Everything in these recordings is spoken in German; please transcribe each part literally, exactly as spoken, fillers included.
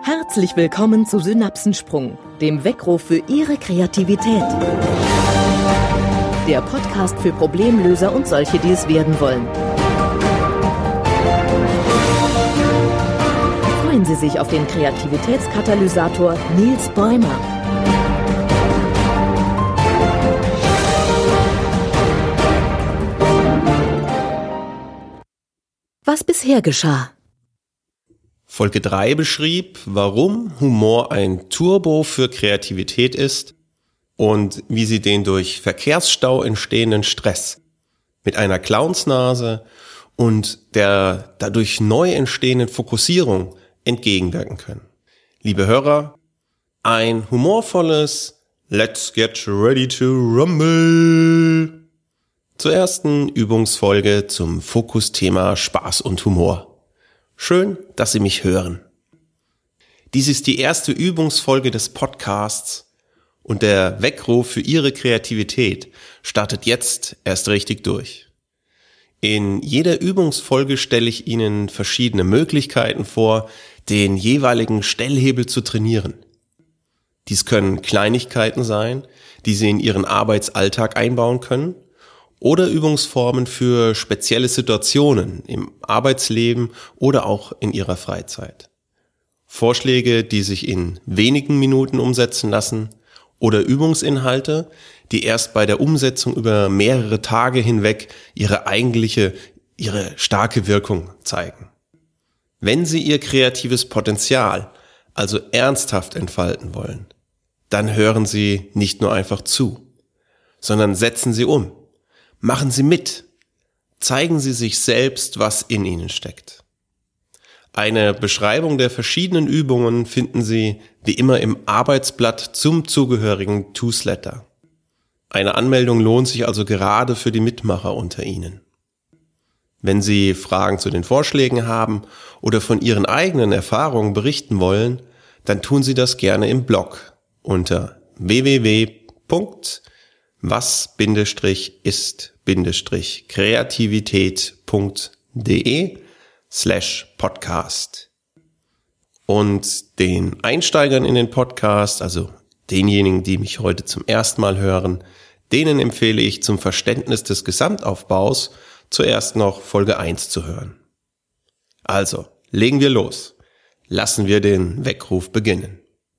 Herzlich willkommen zu Synapsensprung, dem Weckruf für Ihre Kreativität. Der Podcast für Problemlöser und solche, die es werden wollen. Freuen Sie sich auf den Kreativitätskatalysator Niels Bäumer. Was bisher geschah. Folge drei beschrieb, warum Humor ein Turbo für Kreativität ist und wie Sie den durch Verkehrsstau entstehenden Stress mit einer Clownsnase und der dadurch neu entstehenden Fokussierung entgegenwirken können. Liebe Hörer, ein humorvolles Let's get ready to rumble zur ersten Übungsfolge zum Fokusthema Spaß und Humor. Schön, dass Sie mich hören. Dies ist die erste Übungsfolge des Podcasts und der Weckruf für Ihre Kreativität startet jetzt erst richtig durch. In jeder Übungsfolge stelle ich Ihnen verschiedene Möglichkeiten vor, den jeweiligen Stellhebel zu trainieren. Dies können Kleinigkeiten sein, die Sie in Ihren Arbeitsalltag einbauen können, oder Übungsformen für spezielle Situationen im Arbeitsleben oder auch in Ihrer Freizeit. Vorschläge, die sich in wenigen Minuten umsetzen lassen, oder Übungsinhalte, die erst bei der Umsetzung über mehrere Tage hinweg ihre eigentliche, ihre starke Wirkung zeigen. Wenn Sie Ihr kreatives Potenzial also ernsthaft entfalten wollen, dann hören Sie nicht nur einfach zu, sondern setzen Sie um. Machen Sie mit. Zeigen Sie sich selbst, was in Ihnen steckt. Eine Beschreibung der verschiedenen Übungen finden Sie wie immer im Arbeitsblatt zum zugehörigen Newsletter. Eine Anmeldung lohnt sich also gerade für die Mitmacher unter Ihnen. Wenn Sie Fragen zu den Vorschlägen haben oder von Ihren eigenen Erfahrungen berichten wollen, dann tun Sie das gerne im Blog unter w w w punkt was-ist-kreativität.de slash podcast. Und den Einsteigern in den Podcast, also denjenigen, die mich heute zum ersten Mal hören, denen empfehle ich zum Verständnis des Gesamtaufbaus zuerst noch Folge eins zu hören. Also, legen wir los. Lassen wir den Weckruf beginnen.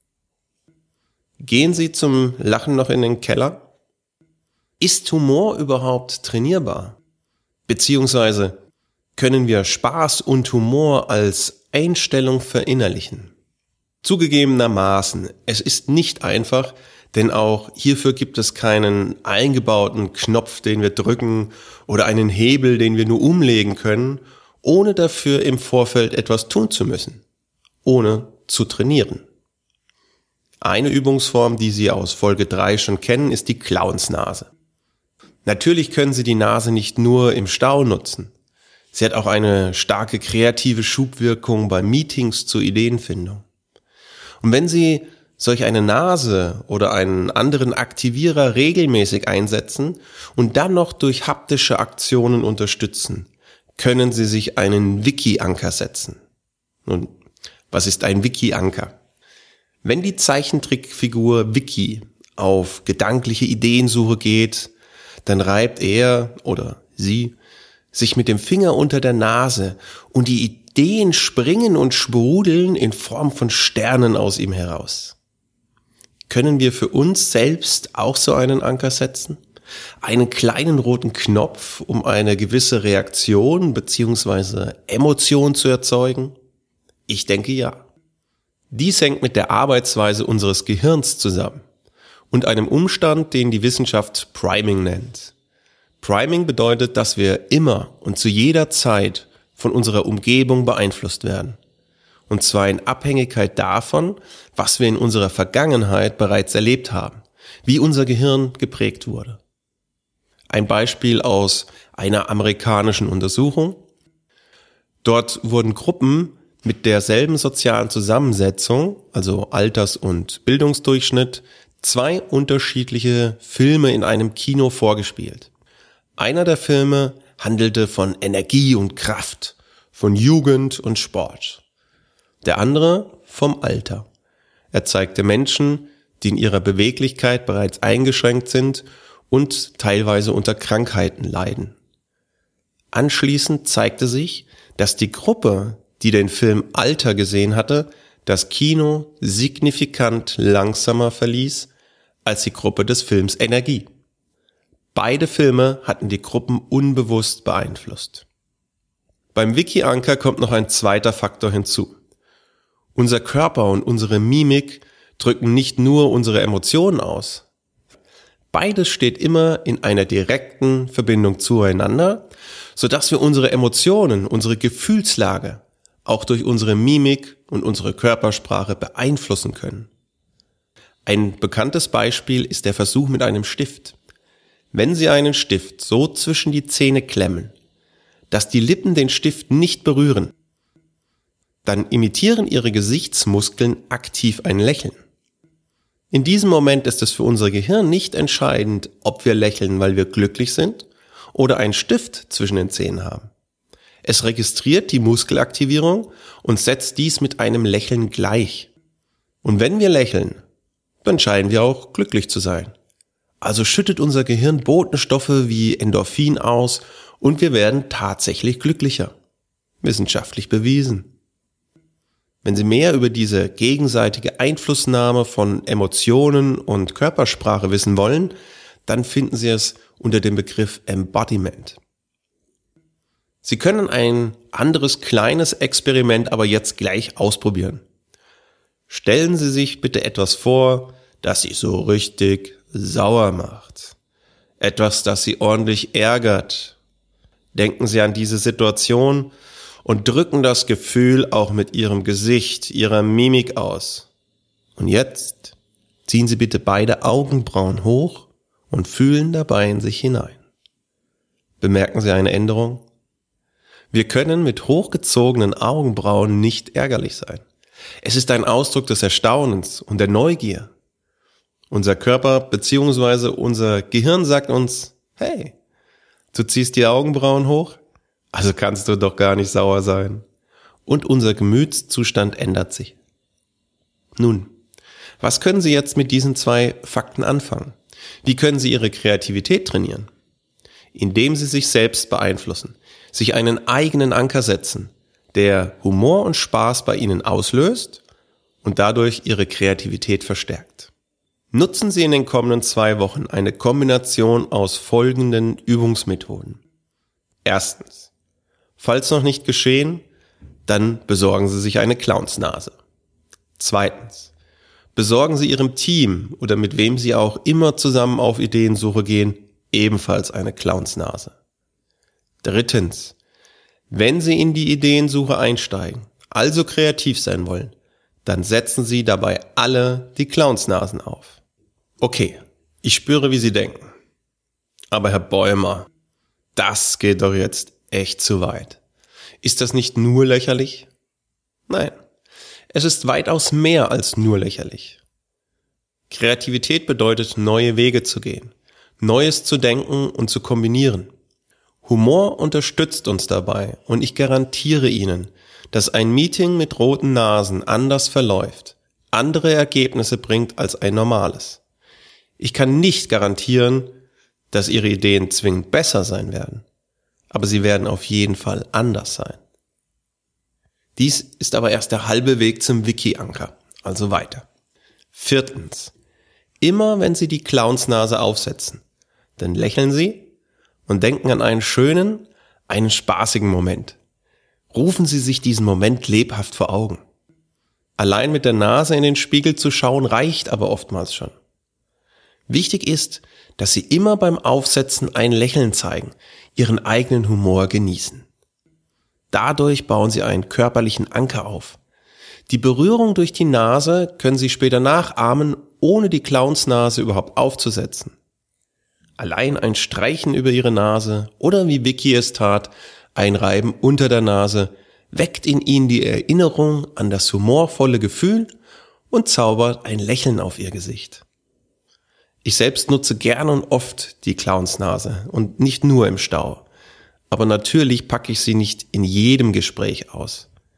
Gehen Sie zum Lachen noch in den Keller? Ist Humor überhaupt trainierbar? Beziehungsweise können wir Spaß und Humor als Einstellung verinnerlichen? Zugegebenermaßen, es ist nicht einfach, denn auch hierfür gibt es keinen eingebauten Knopf, den wir drücken oder einen Hebel, den wir nur umlegen können, ohne dafür im Vorfeld etwas tun zu müssen, ohne zu trainieren. Eine Übungsform, die Sie aus Folge drei schon kennen, ist die Clownsnase. Natürlich können Sie die Nase nicht nur im Stau nutzen. Sie hat auch eine starke kreative Schubwirkung bei Meetings zur Ideenfindung. Und wenn Sie solch eine Nase oder einen anderen Aktivierer regelmäßig einsetzen und dann noch durch haptische Aktionen unterstützen, können Sie sich einen Wiki-Anker setzen. Nun, was ist ein Wiki-Anker? Wenn die Zeichentrickfigur Wiki auf gedankliche Ideensuche geht, dann reibt er oder sie sich mit dem Finger unter der Nase und die Ideen springen und sprudeln in Form von Sternen aus ihm heraus. Können wir für uns selbst auch so einen Anker setzen? Einen kleinen roten Knopf, um eine gewisse Reaktion bzw. Emotion zu erzeugen? Ich denke ja. Dies hängt mit der Arbeitsweise unseres Gehirns zusammen und einem Umstand, den die Wissenschaft Priming nennt. Priming bedeutet, dass wir immer und zu jeder Zeit von unserer Umgebung beeinflusst werden. Und zwar in Abhängigkeit davon, was wir in unserer Vergangenheit bereits erlebt haben, wie unser Gehirn geprägt wurde. Ein Beispiel aus einer amerikanischen Untersuchung. Dort wurden Gruppen mit derselben sozialen Zusammensetzung, also Alters- und Bildungsdurchschnitt, zwei unterschiedliche Filme in einem Kino vorgespielt. Einer der Filme handelte von Energie und Kraft, von Jugend und Sport. Der andere vom Alter. Er zeigte Menschen, die in ihrer Beweglichkeit bereits eingeschränkt sind und teilweise unter Krankheiten leiden. Anschließend zeigte sich, dass die Gruppe, die den Film Alter gesehen hatte, das Kino signifikant langsamer verließ als die Gruppe des Films Energie. Beide Filme hatten die Gruppen unbewusst beeinflusst. Beim Wiki-Anker kommt noch ein zweiter Faktor hinzu. Unser Körper und unsere Mimik drücken nicht nur unsere Emotionen aus. Beides steht immer in einer direkten Verbindung zueinander, sodass wir unsere Emotionen, unsere Gefühlslage auch durch unsere Mimik und unsere Körpersprache beeinflussen können. Ein bekanntes Beispiel ist der Versuch mit einem Stift. Wenn Sie einen Stift so zwischen die Zähne klemmen, dass die Lippen den Stift nicht berühren, dann imitieren Ihre Gesichtsmuskeln aktiv ein Lächeln. In diesem Moment ist es für unser Gehirn nicht entscheidend, ob wir lächeln, weil wir glücklich sind oder einen Stift zwischen den Zähnen haben. Es registriert die Muskelaktivierung und setzt dies mit einem Lächeln gleich. Und wenn wir lächeln, dann scheinen wir auch glücklich zu sein. Also schüttet unser Gehirn Botenstoffe wie Endorphin aus und wir werden tatsächlich glücklicher. Wissenschaftlich bewiesen. Wenn Sie mehr über diese gegenseitige Einflussnahme von Emotionen und Körpersprache wissen wollen, dann finden Sie es unter dem Begriff Embodiment. Sie können ein anderes kleines Experiment aber jetzt gleich ausprobieren. Stellen Sie sich bitte etwas vor, das Sie so richtig sauer macht. Etwas, das Sie ordentlich ärgert. Denken Sie an diese Situation und drücken das Gefühl auch mit Ihrem Gesicht, Ihrer Mimik aus. Und jetzt ziehen Sie bitte beide Augenbrauen hoch und fühlen dabei in sich hinein. Bemerken Sie eine Änderung? Wir können mit hochgezogenen Augenbrauen nicht ärgerlich sein. Es ist ein Ausdruck des Erstaunens und der Neugier. Unser Körper bzw. unser Gehirn sagt uns, hey, du ziehst die Augenbrauen hoch? Also kannst du doch gar nicht sauer sein. Und unser Gemütszustand ändert sich. Nun, was können Sie jetzt mit diesen zwei Fakten anfangen? Wie können Sie Ihre Kreativität trainieren? Indem Sie sich selbst beeinflussen, sich einen eigenen Anker setzen, der Humor und Spaß bei Ihnen auslöst und dadurch Ihre Kreativität verstärkt. Nutzen Sie in den kommenden zwei Wochen eine Kombination aus folgenden Übungsmethoden. Erstens. Falls noch nicht geschehen, dann besorgen Sie sich eine Clownsnase. Zweitens. Besorgen Sie Ihrem Team oder mit wem Sie auch immer zusammen auf Ideensuche gehen, ebenfalls eine Clownsnase. Drittens. Wenn Sie in die Ideensuche einsteigen, also kreativ sein wollen, dann setzen Sie dabei alle die Clownsnasen auf. Okay, ich spüre, wie Sie denken. Aber Herr Bäumer, das geht doch jetzt echt zu weit. Ist das nicht nur lächerlich? Nein, es ist weitaus mehr als nur lächerlich. Kreativität bedeutet, neue Wege zu gehen, Neues zu denken und zu kombinieren. Humor unterstützt uns dabei und ich garantiere Ihnen, dass ein Meeting mit roten Nasen anders verläuft, andere Ergebnisse bringt als ein normales. Ich kann nicht garantieren, dass Ihre Ideen zwingend besser sein werden, aber sie werden auf jeden Fall anders sein. Dies ist aber erst der halbe Weg zum Wiki-Anker, also weiter. Viertens. Immer wenn Sie die Clownsnase aufsetzen, dann lächeln Sie und denken an einen schönen, einen spaßigen Moment. Rufen Sie sich diesen Moment lebhaft vor Augen. Allein mit der Nase in den Spiegel zu schauen reicht aber oftmals schon. Wichtig ist, dass Sie immer beim Aufsetzen ein Lächeln zeigen, Ihren eigenen Humor genießen. Dadurch bauen Sie einen körperlichen Anker auf. Die Berührung durch die Nase können Sie später nachahmen, ohne die Clownsnase überhaupt aufzusetzen. Allein ein Streichen über Ihre Nase oder wie Vicky es tat, ein Reiben unter der Nase, weckt in Ihnen die Erinnerung an das humorvolle Gefühl und zaubert ein Lächeln auf Ihr Gesicht. Ich selbst nutze gern und oft die Clownsnase und nicht nur im Stau. Aber natürlich packe ich sie nicht in jedem Gespräch aus.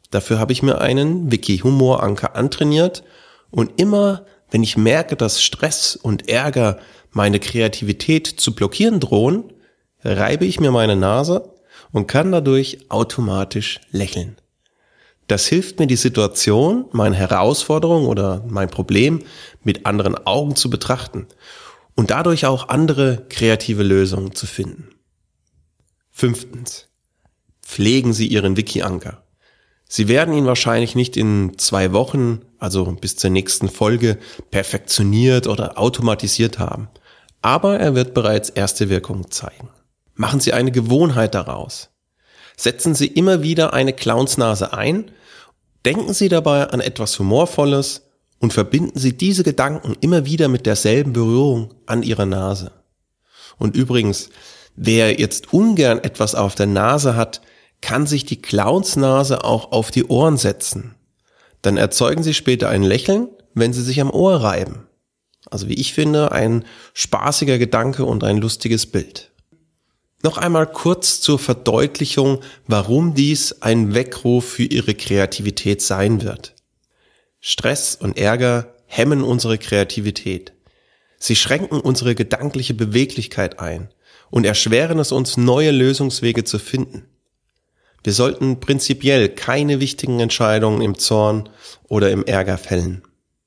Dafür habe ich mir einen Wiki-Humoranker antrainiert und immer, wenn ich merke, dass Stress und Ärger meine Kreativität zu blockieren drohen, reibe ich mir meine Nase und kann dadurch automatisch lächeln. Das hilft mir, die Situation, meine Herausforderung oder mein Problem mit anderen Augen zu betrachten und dadurch auch andere kreative Lösungen zu finden. Fünftens. Pflegen Sie Ihren Wiki-Anker. Sie werden ihn wahrscheinlich nicht in zwei Wochen, also bis zur nächsten Folge, perfektioniert oder automatisiert haben. Aber er wird bereits erste Wirkung zeigen. Machen Sie eine Gewohnheit daraus. Setzen Sie immer wieder eine Clownsnase ein, denken Sie dabei an etwas Humorvolles und verbinden Sie diese Gedanken immer wieder mit derselben Berührung an Ihrer Nase. Und übrigens, wer jetzt ungern etwas auf der Nase hat, kann sich die Clownsnase auch auf die Ohren setzen. Dann erzeugen Sie später ein Lächeln, wenn Sie sich am Ohr reiben. Also wie ich finde, ein spaßiger Gedanke und ein lustiges Bild. Noch einmal kurz zur Verdeutlichung, warum dies ein Weckruf für Ihre Kreativität sein wird. Stress und Ärger hemmen unsere Kreativität. Sie schränken unsere gedankliche Beweglichkeit ein und erschweren es uns, neue Lösungswege zu finden. Wir sollten prinzipiell keine wichtigen Entscheidungen im Zorn oder im Ärger fällen.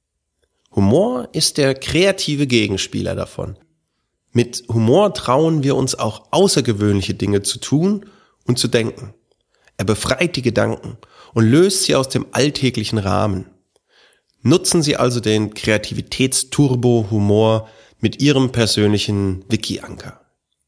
Humor ist der kreative Gegenspieler davon. Mit Humor trauen wir uns auch außergewöhnliche Dinge zu tun und zu denken. Er befreit die Gedanken und löst sie aus dem alltäglichen Rahmen. Nutzen Sie also den Kreativitätsturbo-Humor mit Ihrem persönlichen Wiki-Anker.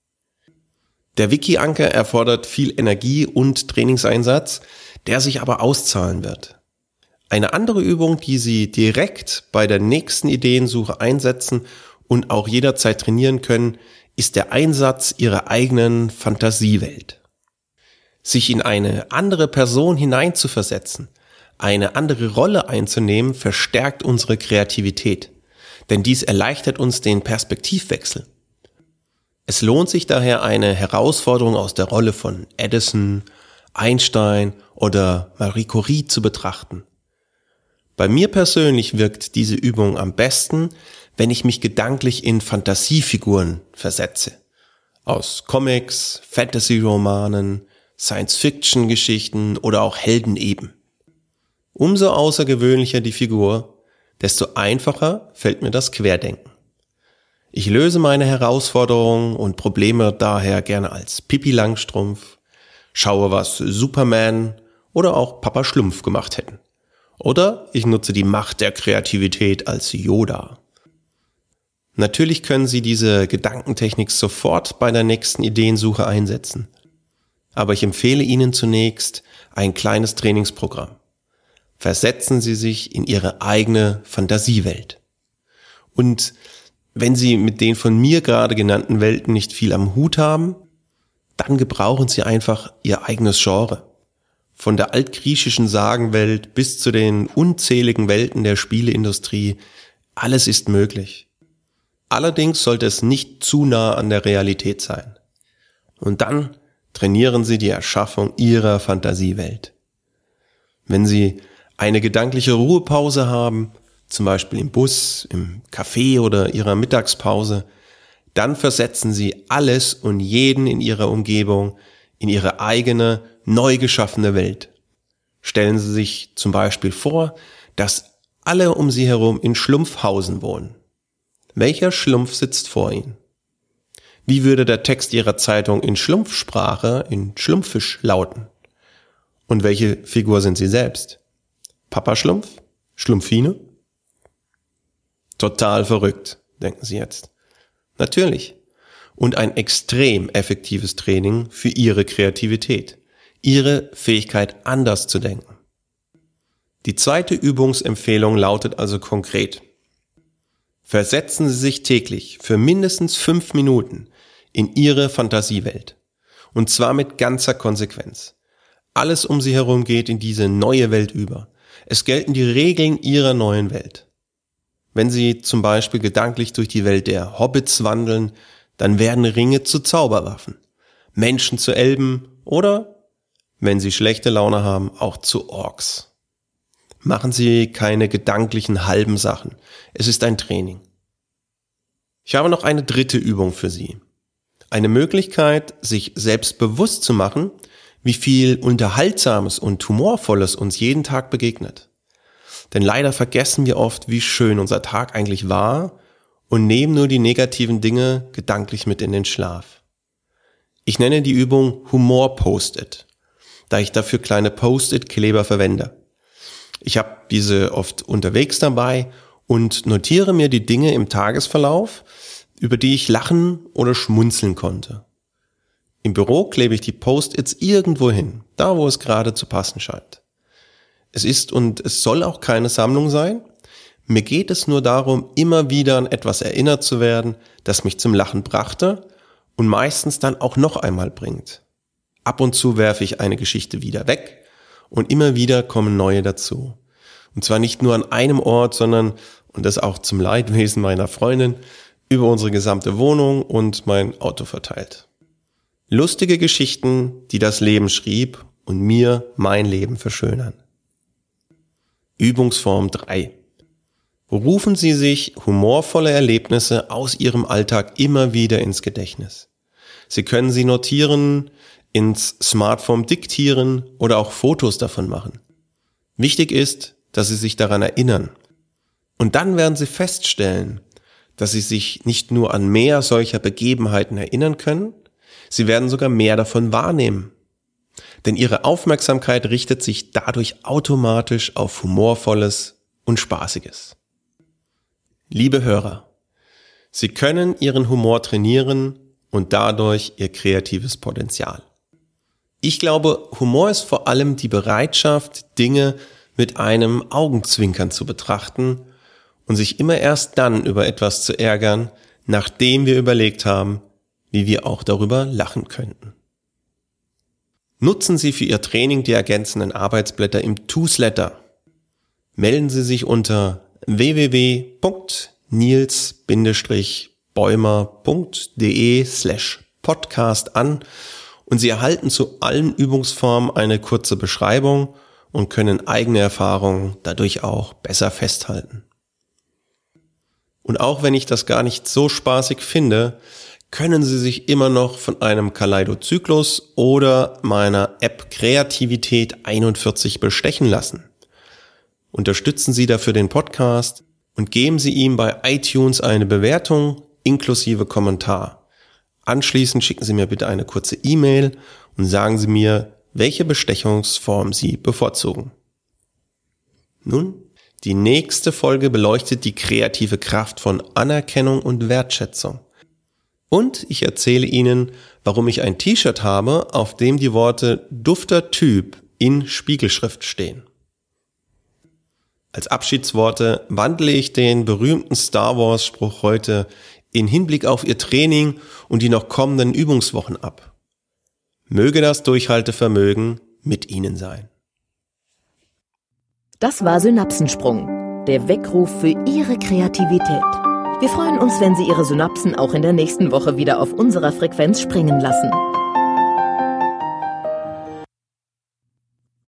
Der Wiki-Anker erfordert viel Energie und Trainingseinsatz, der sich aber auszahlen wird. Eine andere Übung, die Sie direkt bei der nächsten Ideensuche einsetzen und auch jederzeit trainieren können, ist der Einsatz Ihrer eigenen Fantasiewelt. Sich in eine andere Person hineinzuversetzen, eine andere Rolle einzunehmen, verstärkt unsere Kreativität, denn dies erleichtert uns den Perspektivwechsel. Es lohnt sich daher, eine Herausforderung aus der Rolle von Edison, Einstein oder Marie Curie zu betrachten. Bei mir persönlich wirkt diese Übung am besten, wenn ich mich gedanklich in Fantasiefiguren versetze. Aus Comics, Fantasy-Romanen, Science-Fiction-Geschichten oder auch Helden eben. Umso außergewöhnlicher die Figur, desto einfacher fällt mir das Querdenken. Ich löse meine Herausforderungen und Probleme daher gerne als Pippi Langstrumpf, schaue, was Superman oder auch Papa Schlumpf gemacht hätten. Oder ich nutze die Macht der Kreativität als Yoda. Natürlich können Sie diese Gedankentechnik sofort bei der nächsten Ideensuche einsetzen. Aber ich empfehle Ihnen zunächst ein kleines Trainingsprogramm. Versetzen Sie sich in Ihre eigene Fantasiewelt. Und wenn Sie mit den von mir gerade genannten Welten nicht viel am Hut haben, dann gebrauchen Sie einfach Ihr eigenes Genre. Von der altgriechischen Sagenwelt bis zu den unzähligen Welten der Spieleindustrie, alles ist möglich. Allerdings sollte es nicht zu nah an der Realität sein. Und dann trainieren Sie die Erschaffung Ihrer Fantasiewelt. Wenn Sie eine gedankliche Ruhepause haben, zum Beispiel im Bus, im Café oder Ihrer Mittagspause, dann versetzen Sie alles und jeden in Ihrer Umgebung in Ihre eigene, neu geschaffene Welt. Stellen Sie sich zum Beispiel vor, dass alle um Sie herum in Schlumpfhausen wohnen. Welcher Schlumpf sitzt vor Ihnen? Wie würde der Text Ihrer Zeitung in Schlumpfsprache, in Schlumpfisch lauten? Und welche Figur sind Sie selbst? Papa Schlumpf? Schlumpfine? Total verrückt, denken Sie jetzt. Natürlich. Und ein extrem effektives Training für Ihre Kreativität, Ihre Fähigkeit, anders zu denken. Die zweite Übungsempfehlung lautet also konkret: Versetzen Sie sich täglich für mindestens fünf Minuten in Ihre Fantasiewelt. Und zwar mit ganzer Konsequenz. Alles um Sie herum geht in diese neue Welt über. Es gelten die Regeln Ihrer neuen Welt. Wenn Sie zum Beispiel gedanklich durch die Welt der Hobbits wandeln, dann werden Ringe zu Zauberwaffen, Menschen zu Elben oder wenn Sie schlechte Laune haben, auch zu Orks. Machen Sie keine gedanklichen halben Sachen. Es ist ein Training. Ich habe noch eine dritte Übung für Sie. Eine Möglichkeit, sich selbst bewusst zu machen, wie viel Unterhaltsames und Humorvolles uns jeden Tag begegnet. Denn leider vergessen wir oft, wie schön unser Tag eigentlich war und nehmen nur die negativen Dinge gedanklich mit in den Schlaf. Ich nenne die Übung Humor-Post-it, da ich dafür kleine Post-it-Kleber verwende. Ich habe diese oft unterwegs dabei und notiere mir die Dinge im Tagesverlauf, über die ich lachen oder schmunzeln konnte. Im Büro klebe ich die Post-its irgendwo hin, da wo es gerade zu passen scheint. Es ist und es soll auch keine Sammlung sein. Mir geht es nur darum, immer wieder an etwas erinnert zu werden, das mich zum Lachen brachte und meistens dann auch noch einmal bringt. Ab und zu werfe ich eine Geschichte wieder weg und immer wieder kommen neue dazu. Und zwar nicht nur an einem Ort, sondern, und das auch zum Leidwesen meiner Freundin, über unsere gesamte Wohnung und mein Auto verteilt. Lustige Geschichten, die das Leben schrieb und mir mein Leben verschönern. Übungsform drei. Rufen Sie sich humorvolle Erlebnisse aus Ihrem Alltag immer wieder ins Gedächtnis. Sie können sie notieren, ins Smartphone diktieren oder auch Fotos davon machen. Wichtig ist, dass Sie sich daran erinnern. Und dann werden Sie feststellen, dass Sie sich nicht nur an mehr solcher Begebenheiten erinnern können, Sie werden sogar mehr davon wahrnehmen. Denn Ihre Aufmerksamkeit richtet sich dadurch automatisch auf Humorvolles und Spaßiges. Liebe Hörer, Sie können Ihren Humor trainieren und dadurch Ihr kreatives Potenzial. Ich glaube, Humor ist vor allem die Bereitschaft, Dinge mit einem Augenzwinkern zu betrachten und sich immer erst dann über etwas zu ärgern, nachdem wir überlegt haben, wie wir auch darüber lachen könnten. Nutzen Sie für Ihr Training die ergänzenden Arbeitsblätter im Toosletter. Melden Sie sich unter w w w punkt nils bäumer punkt de slash podcast an und Sie erhalten zu allen Übungsformen eine kurze Beschreibung und können eigene Erfahrungen dadurch auch besser festhalten. Und auch wenn ich das gar nicht so spaßig finde, können Sie sich immer noch von einem Kaleidozyklus oder meiner App Kreativität einundvierzig bestechen lassen. Unterstützen Sie dafür den Podcast und geben Sie ihm bei iTunes eine Bewertung inklusive Kommentar. Anschließend schicken Sie mir bitte eine kurze E-Mail und sagen Sie mir, welche Bestechungsform Sie bevorzugen. Nun, die nächste Folge beleuchtet die kreative Kraft von Anerkennung und Wertschätzung. Und ich erzähle Ihnen, warum ich ein T-Shirt habe, auf dem die Worte Dufter Typ in Spiegelschrift stehen. Als Abschiedsworte wandle ich den berühmten Star Wars Spruch heute in Hinblick auf Ihr Training und die noch kommenden Übungswochen ab. Möge das Durchhaltevermögen mit Ihnen sein. Das war Synapsensprung, der Weckruf für Ihre Kreativität. Wir freuen uns, wenn Sie Ihre Synapsen auch in der nächsten Woche wieder auf unserer Frequenz springen lassen.